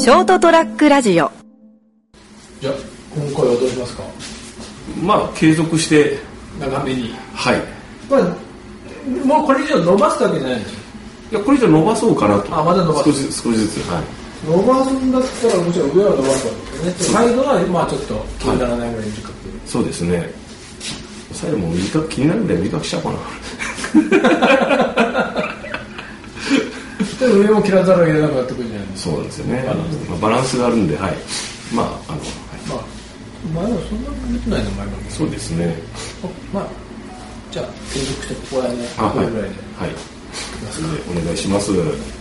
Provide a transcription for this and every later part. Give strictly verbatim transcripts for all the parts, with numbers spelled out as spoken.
ショートトラックラジオ。 じゃあ今回はどうしますか。 まあ継続して長めに、 はい、 これもうこれ以上伸ばすわけじゃないんですよ。 いやこれ以上伸ばそうかなと。 あ、まだ伸ばす。 少し少しずつ、はい、 伸ばすんだったらもちろん上は伸ばすわけですよね。サイドはまあちょっと気にならないぐらい短く、はい、 そうですね。サイドも短く気になるんで短くしちゃおうかな。 で上も切らざるを得なくなってくるじゃないですか。 そうなんですよね。バランス、まあ、バランスがあるんで、はい、まああの、はい、 まあ前はそんなに見てないの前も。 そうですね。 まあじゃあ継続してここら辺ね、 あ、 これぐらいで、 はい、はい、それでお願いします。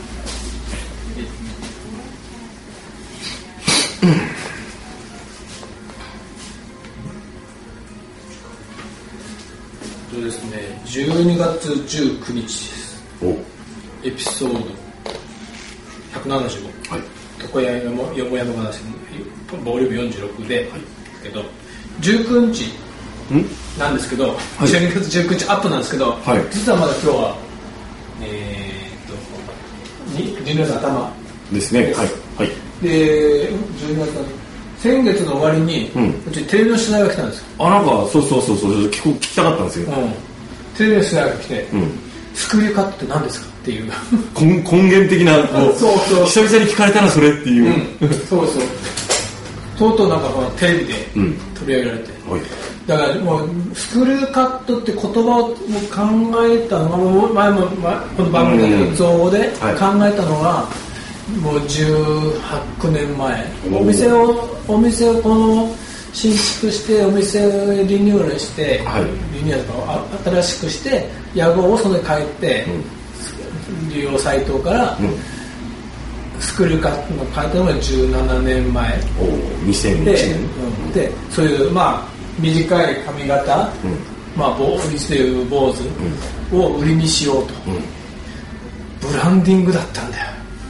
そうですね。じゅうにがつじゅうくにちです。 お、 エピソードひゃくななじゅうご、はい、床屋よもやま話ボリュームよんじゅうろくで、はい、けどじゅうくにちなんですけど、はい、じゅうにがつじゅうくにちアップなんですけど、はい、実はまだ今日はえー、っとじゅうにがつ頭ですね。はい、はい、 でじゅうにがつの先月の終わりに、うん、うちテレビの取材が来たんですよ。 あ、なんかそうそうそうそう聞こ聞きたかったんですよ、うん、 テレビの取材が来て、うん、スクリューカットって何ですかっていう根根源的なこうそうそう久々に聞かれたらそれっていう、 うん、そうそうとうとうなんかテレビで取り上げられて、うん、だからもうスクリューカットって言葉を考えたのはもう前もこの番組で造語で考えたのは、はい、もうじゅうはちねんまえお店をお店をこの新築してお店をリニューアルして、はい、リニューアルとか新しくして屋号をそれで変えて、うん、利用サイトから、うん、スクリューカットの変えたのがじゅうななねんまえおにせんいちねん で,、 うん、でそういうまあ短い髪型、うんまあ、坊主という坊主を売りにしようと、うん、ブランディングだったんだよ。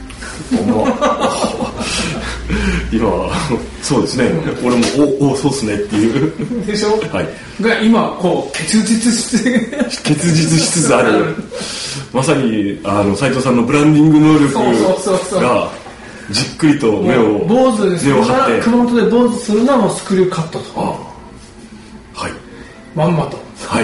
今そうですね、うん、俺もおおそうっすねっていうでしょ、 はい、 が今こう結実して結実しつつあるまさにあの斉藤さんのブランディング能力がじっくりと目を坊主ですから熊本で坊主するのはもうスクリューカットと、ああ、はい、 まんまと、 はい、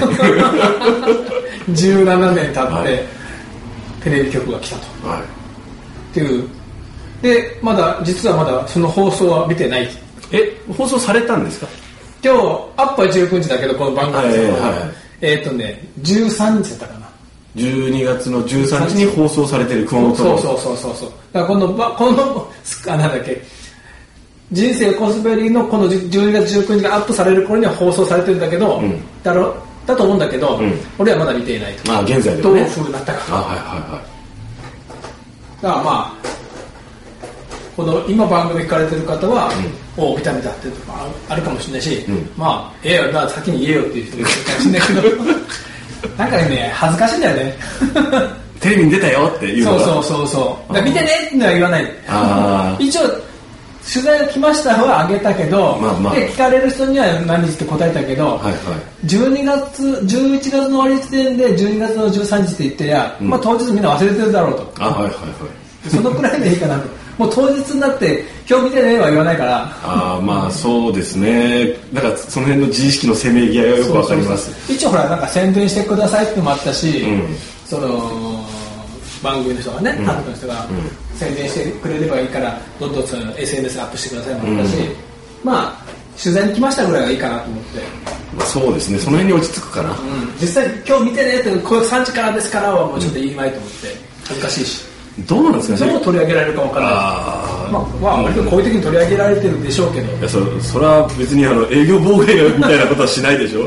じゅうななねん経って、はい、テレビ局が来たと、 はい、 っていうでまだ実はまだその放送は見てない。 え放送されたんですか。 今日アップはじゅうくにちだけどこの番組で、はいはい、えっ、ー、とねじゅうさんにちだったかな。 じゅうにがつのじゅうさんにちに放送されてる熊本のそうそうそうそうそうだからこのこのあなんだっけ人生コスベリーのこのじゅうにがつじゅうくにちがアップされる頃には放送されてるんだけど、うん、だろだと思うんだけど、うん、俺はまだ見ていないと。 あ現在でもねどういう風になったか。 あはいはいはい。 だからまあこの今番組聞かれてる方は、うん、おお見た目だってとかあるかもしれないし、うん、まあええよな先に言えよっていう人もいるかもしれないけどなんかね恥ずかしいんだよねテレビに出たよっていうのがそうそうそうそうだ見てねってのは言わない。 あ一応取材が来ましたはあげたけど、まあまあ、で聞かれる人には何日って答えたけど、はいはい、じゅうにがつじゅういちがつの終わり時点でじゅうにがつのじゅうさんにちって言ってりゃ、うんまあ、当日みんな忘れてるだろうと。 あ、はいはいはい、 そのくらいでいいかなと。もう当日になって今日見てねは言わないから。 あまあそうですね。だからその辺の自意識のせめぎ合いはよくわかります。 そうそうそう一応ほらなんか宣伝してくださいってのもあったし、うん、その番組の人がね、担当の人が宣伝してくれればいいからどんどんその エスエヌエス アップしてくださいもあったし、うん、まあ取材に来ましたぐらいがいいかなと思って。 まあ、そうですね。その辺に落ち着くかな。うん、 実際今日見てねってこれさんじからですからはもうちょっと言いまいと思って恥ずかしいし。 どうなんですかね。 どう取り上げられるかわからない。あまあまあ割と好意的に取り上げられてるでしょうけど。 いや そ, それは別にあの営業妨害みたいなことはしないでしょ。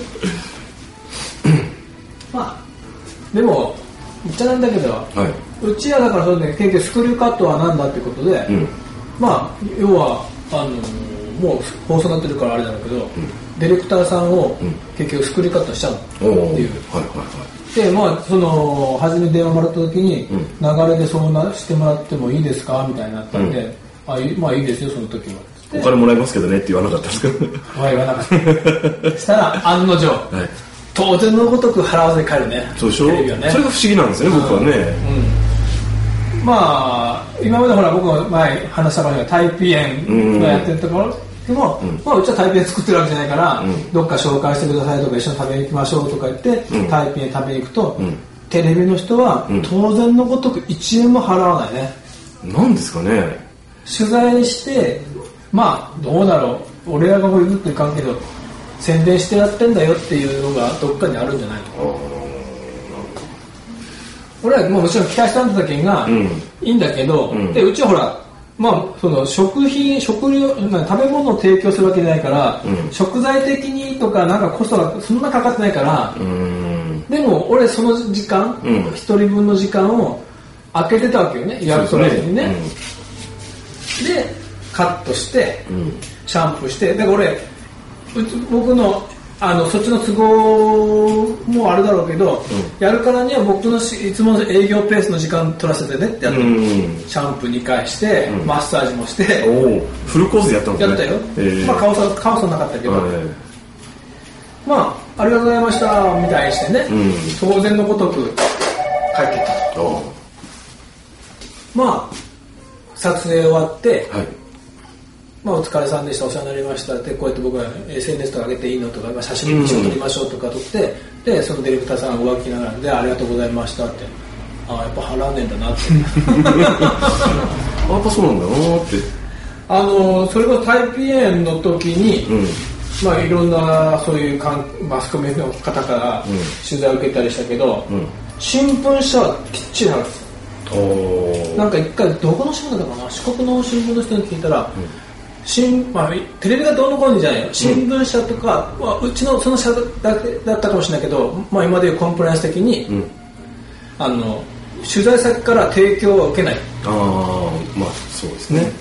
まあでも言っちゃなんだけど、はい、うちはだからそれで結局スクリューカットはなんだってことで、うん、まあ要はあのもう放送になってるからあれだろうけど、うん、ディレクターさんを結局スクリューカットしちゃうっていう。はいはいはいでまあその初め電話もらった時に、うん、流れでそうなしてもらってもいいですかみたいになったんで、うん、あまあいいですよその時はお金もらいますけどねって言わなかったんですか。 言わなかったしたら案の定、はい、当然のごとく払わずに帰るね。 そうでしょ、ね、それが不思議なんですね僕はね、 まあ今までほら僕が前話した場合はタイピー園がやってるところでも、うん、まあ、うちはタイピー園作ってるわけじゃないから、うん、どっか紹介してくださいとか一緒に食べに行きましょうとか言って、うん、タイピー園食べに行くと、うん、テレビの人は当然のごとくいちえんも払わないね。 なんですかね。 取材してまあどうだろう、俺らがこれずっといかんけど宣伝してやってんだよっていうのがどっかにあるんじゃないの。俺はもうもちろん期待したんだけがいいんだけど、うん、でうちはほら、まあ、その食品食料食べ物を提供するわけじゃないから、うん、食材的にとかなんかコストがそんなかかってないから、うん、でも俺その時間一、うん、人分の時間を空けてたわけよね、予約取れずにね、うん、でカットして、うん、シャンプーして、だから俺うち僕のあのそっちの都合もあるだろうけど、うん、やるからには僕のいつもの営業ペースの時間取らせてねってやって、うん、シャンプーにかいして、うん、マッサージもして、 おフルコースでやったんですね。 やったよ、えー、まあ顔さ顔さなかったけど、えー、まあありがとうございましたみたいにしてね、うん、当然のごとく帰ってったと。まあ撮影終わって、はい、まあ、お疲れさんでした、お世話になりましたってこうやって僕は エスエヌエス とか上げていいのとか、まあ、写真撮りましょうとか撮って、うん、でそのディレクターさんが浮気ながらでありがとうございましたって、ああやっぱ払わねえんだなってやっぱそうなんだなって、 あのそれこそタイピー園の時に、うん、まあいろんなそういうかんマスコミの方から取材を受けたりしたけど、うん、新聞社はきっちりなんですよ。なんか一回どこの新聞だったかな、四国の新聞の人に聞いたら、うん、新まあ、テレビがどうのこうのじゃないよ、新聞社とか、うんまあ、うちのその社だけだったかもしれないけど、まあ、今でいうコンプライアンス的に、うん、あの取材先から提供は受けない。 ああまあそうですね、うん、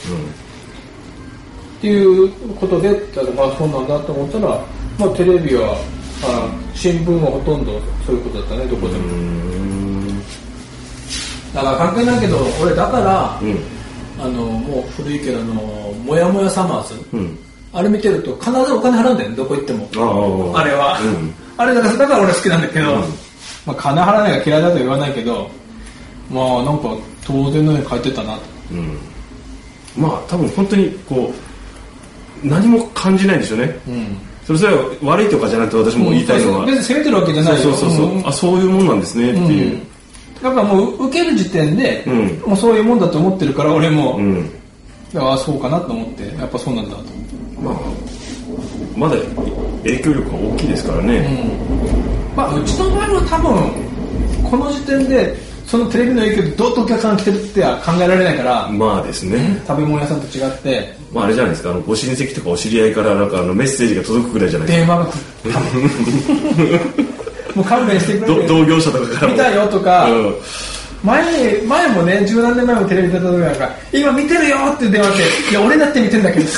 っていうことで、まあ、そうなんだと思ったら、まあ、テレビはあ新聞はほとんどそういうことだったね、どこでも。うんだから関係ないけど俺だから、うんあのもう古いけどあのもやもやサマーズ、うん、あれ見てると必ずお金払うんだよね、どこ行っても。 あ, あれは、うん、あれだからだから俺好きなんだけど、うんまあ、金払わないが嫌いだと言わないけど、まあなんか当然のように帰ってたなと、うん、 まあ多分本当にこう何も感じないんでしょうね、うん、それそれは悪いとかじゃなくて私も言いたいのは、 別に責めてるわけじゃないよ。 そうそうそう、うん、あそういうもんなんですねっていう、うんだからもう受ける時点で、うん、もうそういうもんだと思ってるから俺も、うん、ああそうかなと思ってやっぱそうなんだと思って、 まあ、まだ影響力が大きいですからね、 うんまあ、うちの場合は多分この時点でそのテレビの影響でどうとお客さんが来てるっては考えられないから。 まあですね、 食べ物屋さんと違って、 まあ、あれじゃないですか、あのご親戚とかお知り合いからなんかあのメッセージが届くぐらいじゃないですか。 電話が来るもう勘弁してくれて同業者とかから見たよとか、うん、前, 前もね十何年前もテレビ出た時なんか今見てるよって電話していや俺だって見てんだけど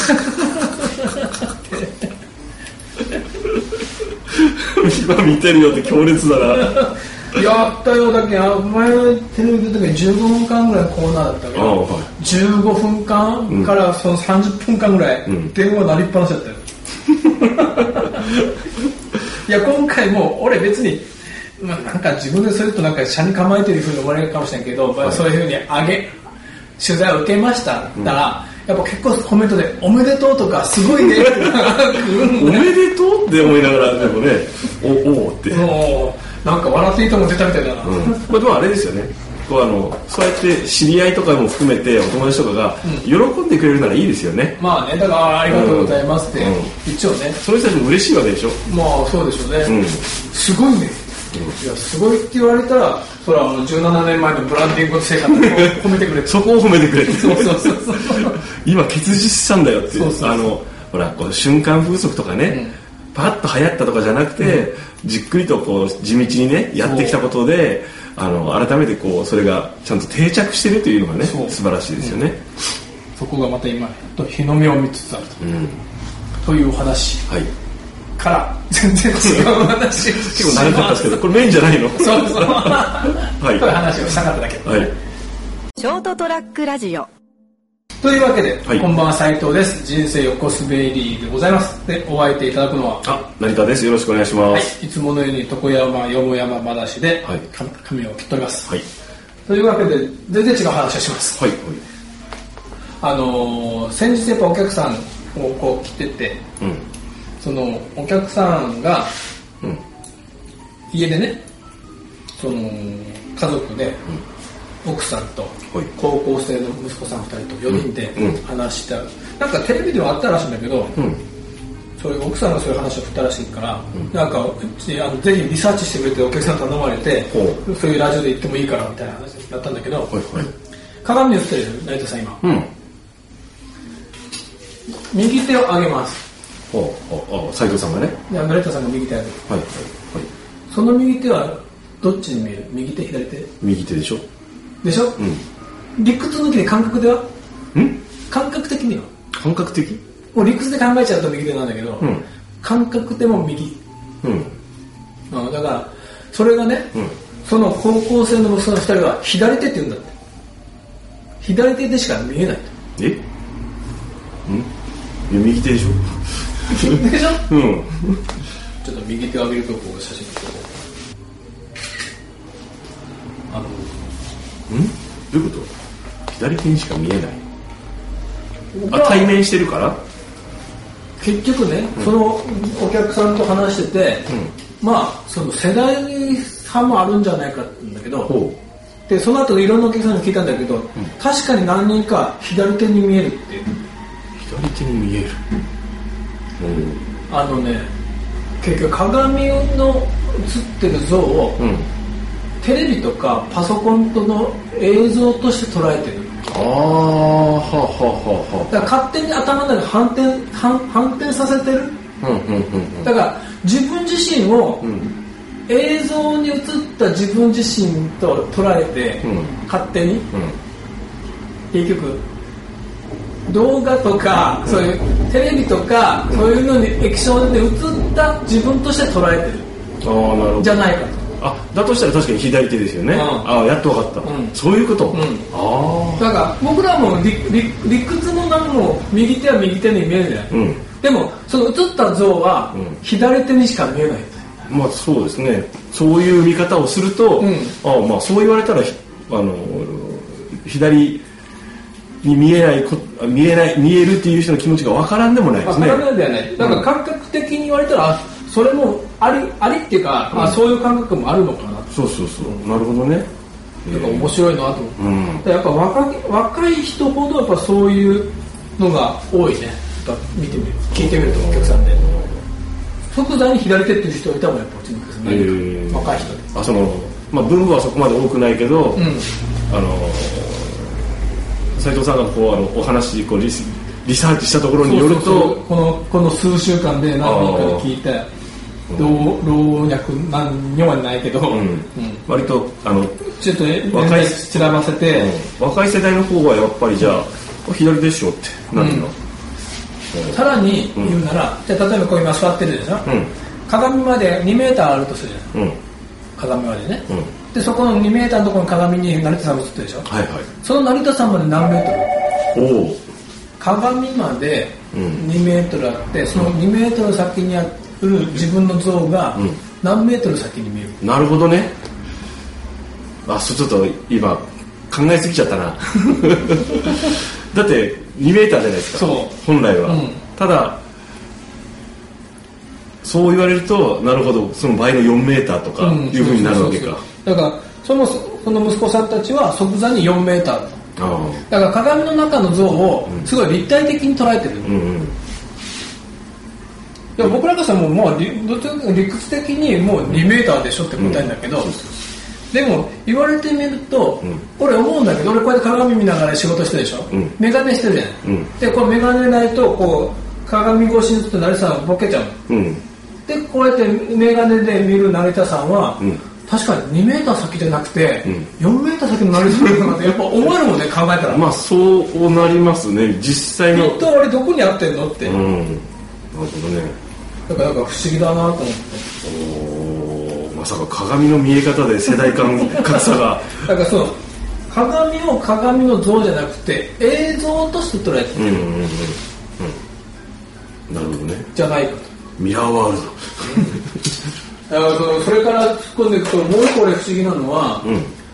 今見てるよって強烈だなやったよ。だけど前のテレビ出た時にじゅうごふんかんぐらいのコーナーだったけど、はい、じゅうごふんかんからそのさんじゅっぷんかんぐらい電話鳴りっぱなしだったよ、いや今回も俺別に、まあ、なんか自分でそれとなんか車に構えてるふうに思われるかもしれないけど、はい、そういうふうにあげ取材を受けましたったら、うん、やっぱ結構コメントでおめでとうとかすごいねっておめでとうって思いながらでもねおおってもうなんか笑っていいとも出たみたいだな、うん、 まあ、でもあれですよね、こうあのそうやって知り合いとかも含めてお友達とかが喜んでくれるならいいですよね、 うん、まあね、だからありがとうございますって、うん、一応ねその人たちも嬉しいわけでしょ。 まあそうでしょうね、うん、すごいね、うん、いやすごいって言われたらそれはもうじゅうななねんまえのブランディング成果を褒めてくれそこを褒めてくれそうそうそうそう今結実したんだよっていう、そうそうそう、あのほらこう瞬間風速とかね、うん、パッと流行ったとかじゃなくて、うん、じっくりとこう地道にねやってきたことであの改めてこうそれがちゃんと定着してるというのがね素晴らしいですよね、うん、 そこがまた今日の目を見つつあると、うん、というお話、はい、から全然違う話結構長かったですけどこれメインじゃないのそうそうはいという話をしたかっただけ、はい、 ショートトラックラジオというわけで、はい、こんばんは斉藤です。人生横滑りでございます。でお相手いただくのはあ成田です。よろしくお願いします、 はい、いつものように床山よもやま話で、はい、髪を切っております、はい、 というわけで全然違う話をします。 はいはい。 あのー、先日やっぱお客さんをこう来てて、うん、そのお客さんが、うん、家でね、その家族で、うん、奥さんと高校生の息子さんふたりとよにんで話した、うん、なんかテレビではあったらしいんだけど、うん、そういう奥さんがそういう話を振ったらしいから、うん、なんかあのぜひリサーチしてくれてお客さん頼まれて、うん、そういうラジオで言ってもいいからみたいな話だったんだけど、はいはい、鏡に映ってる成田さん今、うん、右手を上げます。 ほうほう、斉藤さんがね、 成田さんが右手を上げる、はいはいはい、その右手はどっちに見える？右手左手？ 右手でしょでしょ、うん、理屈抜きで感覚ではん感覚的には感覚的もう理屈で考えちゃうと右手なんだけど、うん、感覚でも右、うん、だからそれがね、うん、その高校生の息子のふたりは左手って言うんだって。左手でしか見えないと。 えんいや右手でしょ右手でしょ、 うん、 ちょっと右手を上げるとこう写真撮ろう。あのんどういうこと？左手にしか見えない。あ、対面してるから結局ね、うん、そのお客さんと話してて、うん、まあその世代差もあるんじゃないかって言うんだけど、でその後いろんなお客さんに聞いたんだけど、うん、確かに何人か左手に見えるっていう。 左手に見える、 うん、あのね結局鏡の映ってる像を、うん、テレビとかパソコンとの映像として捉えてる。 ああ、はははは。 だから勝手に頭の中で反転、反、反転させてる、うんうんうんうん、だから自分自身を、うん、映像に映った自分自身と捉えて、うん、勝手に、うん、結局動画とか、うん、そういうテレビとか、うん、そういうのに液晶で映った自分として捉えてる、 ああ、なるほど、 じゃないかと。 あ、だとしたら確かに左手ですよね、うん、ああ、やっと分かった、うん、そういうこと、うん、 ああ、だから僕らも 理, 理, 理屈も何も右手は右手に見えるじゃない、うん、でもその映った像は左手にしか見えない、 うん、まあそうですね、そういう見方をすると、うん、ああ、まあそう言われたらあの左に見えない見えない見えるっていう人の気持ちが分からんでもないですね。 分からんではない。だから感覚的に言われたら、うん、それもありありっていうか、うん、まあ、そういう感覚もあるのかな。 そうそうそう、うん、なるほどね。 だから面白いなと思って、うん、やっぱ 若, 若い人ほどやっぱそういうのが多いね。やっぱ見てみる聞いてみるとお客さんで即座に左手っていう人がいたもんやっぱうちのお客さんで、えー、若い人で、 あ、その、まあ、分母はそこまで多くないけど、うん、あの斉藤さんがこうあのお話こう リ, リサーチしたところによると、そうそうそう、このこの数週間で何人かで聞いて、老若男女はないけど、うんうん、 割とあのちょっと若い散らばせて、 うん、若い世代の方はやっぱりじゃあ、うん、左でしょってなるの、 うん、さらに言うなら、うん、じゃあ例えばこう今座ってるでしょ、うん、鏡までにメーターあるとするじゃん、うん、鏡までね、うん、でそこのにメーターのところの鏡に成田さんが映ってるでしょ、はいはい、その成田さんまで何メートル、お鏡までにメートルあって、そのにメートル先にある自分の像が何メートル先に見える、 うん、なるほどね。あ、そちょっと今考えすぎちゃったなだってにメーターじゃないですか、そう本来は、うん、ただそう言われるとなるほど、その倍のよんメーターとかいうふうになるわけか。 だからそのその息子さんたちは即座によんメーターだから鏡の中の像をすごい立体的に捉えてる、うんうんうん、でも僕らからしたらもう、まあ、理, 理屈的にもうにメーターでしょって答えるんだけど、うんうん、でも言われてみると、うん、俺思うんだけど、俺こうやって鏡見ながら仕事してるでしょ、うん、メガネしてるじゃない、うん、でこのメガネないとこう鏡越しにすると成田さんボケちゃう、うん、でこうやってメガネで見る成田さんは、うん、確かににメーター先じゃなくて、うん、よんメーター先の成田さんなんてやっぱ思えるもんね、考えたら。 まあそうなりますね、実際の。 きっと俺どこにあってんのって、うん、なるほどね。 だからなんか不思議だなと思って。 お、まさか鏡の見え方で世代間格差がだからそう、鏡を鏡の像じゃなくて映像として捉えてる、うんうんうんうん、 なるほどね。 じゃないかと。 ミラーワールドだからそれから突っ込んでいくと、もう一個俺不思議なのは、うん、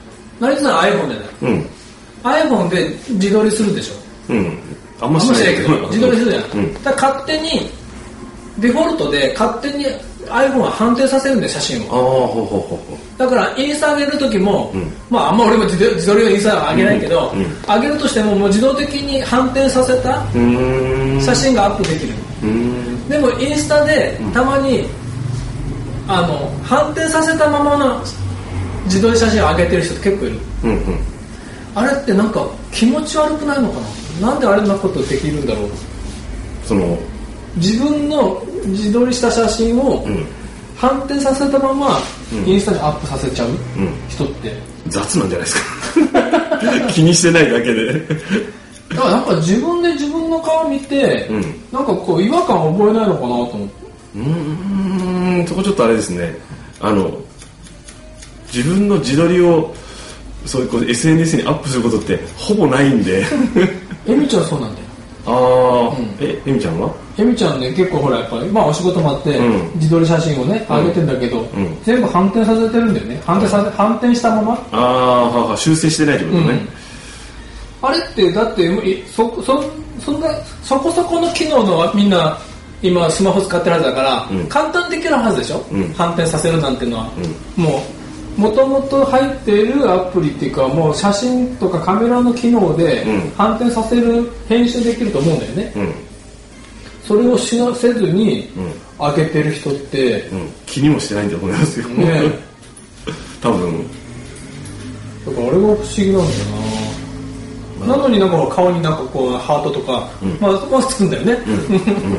成田さん iPhone でね、うん、iPhone で自撮りするでしょ。うん。 あんましないけど自撮りするじゃん、うん、だから勝手にデフォルトで勝手に iPhone は判定させるんで写真を。あほうほうほうほう。だからインスタ上げる時も、うん、まああんま俺も自撮りをインスタは上げないけど、うんうん、上げるとしてももう自動的に判定させた写真がアップできる。でもインスタでたまに、うん、あの判定させたままの自撮り写真を上げてる人って結構いる、うんうん、あれってなんか気持ち悪くないのかな。なんであれなことできるんだろう。 その自分の自撮りした写真を反転させたままインスタにアップさせちゃう人って、 うん、雑なんじゃないですか気にしてないだけでだからなんか自分で自分の顔見て、うん、なんかこう違和感覚えないのかなと思って。 うーんそこちょっとあれですね。あの自分の自撮りをそういうこう エスエヌエス にアップすることってほぼないんでエミちゃんそうなんだよ。 ああ、うん、えエミちゃんはエミちゃんね結構ほらやっぱりまあお仕事もあって、うん、自撮り写真をね上げてんだけど、うん、全部反転させてるんだよね。反転させ反転したままああはは修正してないってことね、うん、 あれってだってそそそんなそこそこの機能のみんな今スマホ使ってるはずだから、うん、簡単にできるはずでしょ、うん、反転させるなんていうのは、うん、もうもともと入っているアプリっていうかもう写真とかカメラの機能で反転させる編集できると思うんだよね、うん、それをしなせずに上げてる人って、 うん、気にもしてないんだと思いますよね多分だからあれが不思議なんだよな、まあ、なのになんか顔になんかこうハートとか、うん、まあまあつくんだよね、うん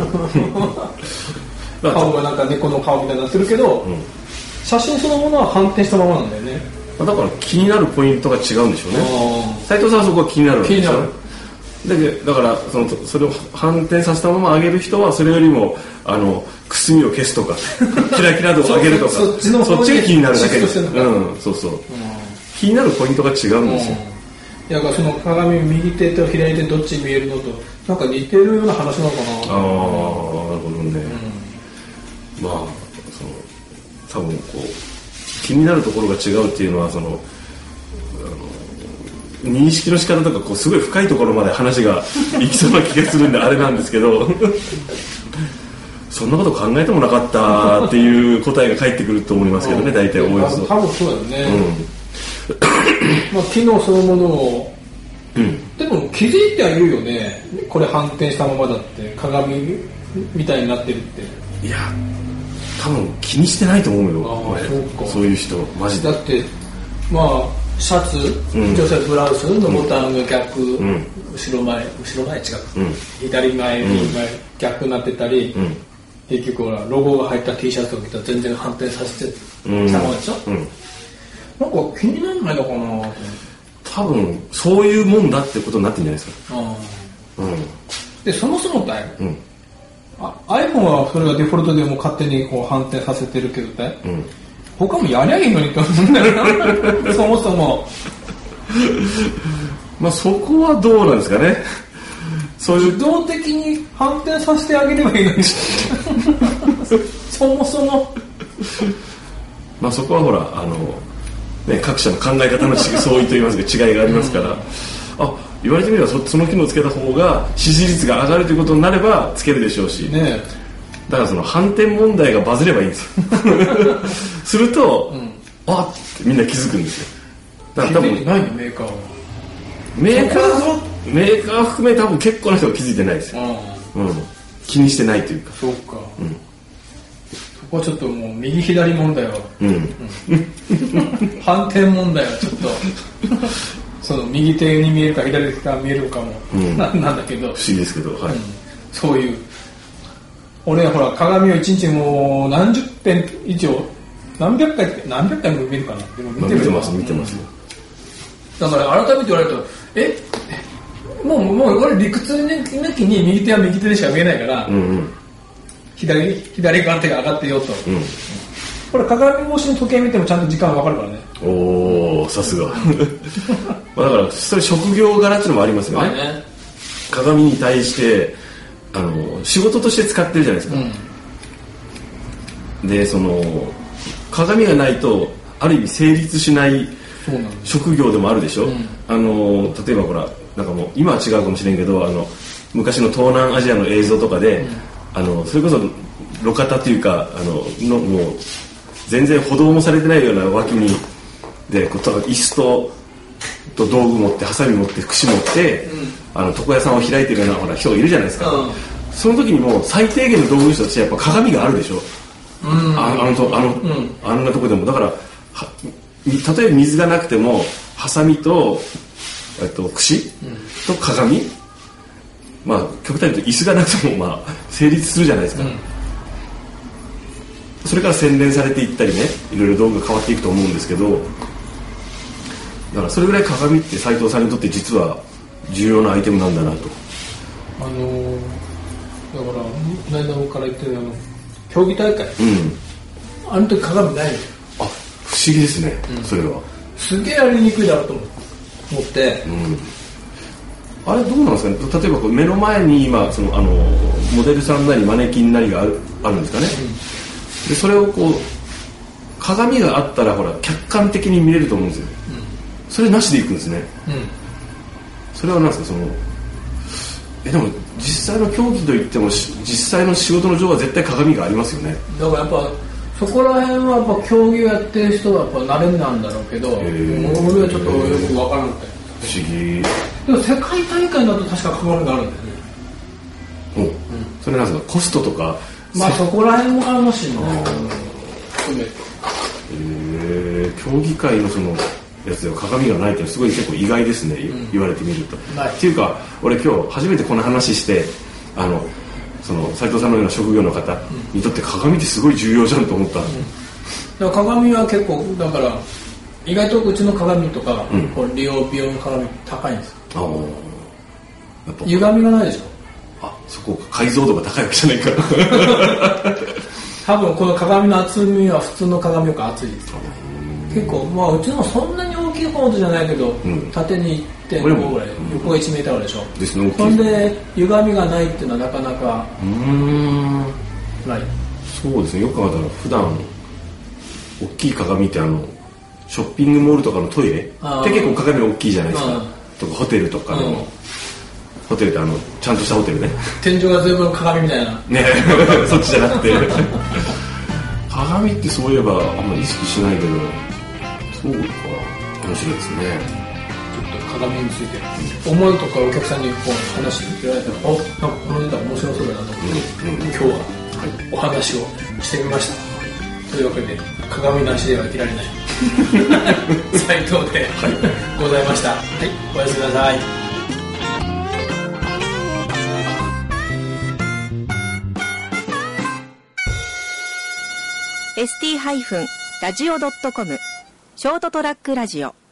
うん、顔がなんか猫の顔みたいになってるけど、うん写真そのものは反転したままなんだよね。 だから気になるポイントが違うんでしょうね。斉藤さんはそこは気になるわけでしょ。気になる。だからそのそれを反転させたまま上げる人はそれよりもあのくすみを消すとかキラキラ度を上げるとかそっちのそっちが気になるだけです。うんそうそう、うん、気になるポイントが違うんですよ。うん、いやだからその鏡右手と左手どっち見えるのとなんか似てるような話なのかな。 ああなるほどね。うん、まあ多分こう気になるところが違うっていうのはそのあの認識の仕方とかこうすごい深いところまで話がいきそうな気がするんであれなんですけどそんなこと考えてもなかったっていう答えが返ってくると思いますけどね、大体思いますと。 多分そうだよね、うんまあ、機能そのものを、うん、でも気づいてはいるよね。これ反転したままだって鏡みたいになってるって。 いや多分気にしてないと思うよ。あそうかそういう人マジで。 だってまあシャツ、うん、女性ブラウスのボタンが逆、うん、後ろ前後ろ前違う、うん、左前右前、うん、逆になってたり、うん、結局ほらロゴが入った T シャツを着たら全然反転させてしたままでしょ、うん、なんか気にならないのかな。 多分そういうもんだってことになってるんじゃないですか。あ、 うん、でそもそもだよ、うんあ iPhone はそれがデフォルトでもう勝手にこう反転させてるけどね、うん、他もやりゃいいのにと思うんだよなそもそもまあそこはどうなんですかね。 そういう自動的に反転させてあげればいいのにそもそもまあそこはほらあの、ね、各社の考え方の相違といいますか違いがありますから、うん、あ言われてみれば そ, その機能をつけた方が支持率が上がるということになればつけるでしょうし、ね、だからその反転問題がバズればいいんですよすると、うん、あってみんな気づくんですよ。 だから多分気づいてないのメーカーは。 メーカーメーカー含め多分結構な人が気づいてないですよ、うん、気にしてないというか。 そうか、うん、そこはちょっともう右左問題は、うんうん、反転問題はちょっとその右手に見えるか左手が見えるかも、うん、な, なんだけど不思議ですけど、はいうん、 そういう俺はほら鏡を一日もう何十遍以上何百回何百回も見るかな。でも見てる、 まあ、見てます見てます、 うん、だから改めて言われるとえもうもう俺理屈抜きに右手は右手でしか見えないから、うんうん、左左側手が上がってよと、うん、これ鏡越しの時計見てもちゃんと時間分かるからね。 おおさすがまあだからそれ職業柄っていうのもありますよね、ね鏡に対してあの仕事として使ってるじゃないですか、うん、でその鏡がないとある意味成立しないそうなんです。 職業でもあるでしょ、 うん、 あの例えばほらなんかもう今は違うかもしれんけどあの昔の東南アジアの映像とかで、うん、あのそれこそ路肩というかあののもう全然歩道もされてないような脇にでこう椅子とと道具持ってハサミ持って串持って、うん、あの床屋さんを開いてるようなほら人がいるじゃないですか、うん、その時にも最低限の道具としてやっぱ鏡があるでしょ、うん、ああのとあの、うん、あんなとこでもだから例えば水がなくてもハサミとえっと串、うん、と鏡、まあ極端に言うと椅子がなくてもまあ成立するじゃないですか、うん、それから洗練されていったりねいろいろ道具が変わっていくと思うんですけど、だからそれぐらい鏡って斉藤さんにとって実は重要なアイテムなんだなと。 あのー、だから何度から言ってるあの競技大会、うん、あの時鏡ないんですよ。 あ、不思議ですね、うん、それはすげえやりにくいだろうと思って、うん、 あれどうなんですかね。例えばこう目の前に今そのあのモデルさんなりマネキンなりがある、あるんですかね、うん、でそれをこう鏡があったらほら客観的に見れると思うんですよ、うん、それなしでいくんですね、うん、それは何ですか。そのえでも実際の競技といっても実際の仕事の上は絶対鏡がありますよね。 だからやっぱそこら辺はやっぱ競技をやってる人はやっぱ慣れなんだろうけど、俺はちょっとよく分からなくて不思議。 でも世界大会だと確か鏡があるんですね。 お、うん、それなんですか。コストとかまあそこら辺もありますしね、含めて。 えー、競技会のそのやつでは鏡がないってすごい結構意外ですね、うん、言われてみると。っていうか俺今日初めてこの話してあのその斉藤さんのような職業の方にとって鏡ってすごい重要じゃんと思った、うん、 だから鏡は結構だから意外とうちの鏡とか、うん、これ利用美容の鏡高いんですよ。あやっぱ歪みがないでしょ。 あそこ解像度が高いわけじゃないから多分この鏡の厚みは普通の鏡より厚いですよね。結構まあうちのそんなに大きい方じゃないけど、うん、縦に いってんご ぐらい、横がいちメーターあるでしょ。ですね、大きい。そんで歪みがないっていうのはなかなかうーんない。 そうですね。よく考えたら普段大きい鏡ってあのショッピングモールとかのトイレって結構鏡大きいじゃないですか。とかホテルとかの、うん、ホテルってあのちゃんとしたホテルね。 天井が全部鏡みたいな。 ねそっちじゃなくて鏡ってそういえばあんまり意識しないけど。そうか、面白いですね。 ちょっと鏡について思うとかお客さんにこう話していただいたら、あ、なんかこのネタ面白そうだなと思って、うんうん、今日はお話をしてみました。というわけで鏡なしでは生きられない斉藤でございました。はい、おやすみなさい。 エスティー ラジオ ドットコム ショートトラックラジオ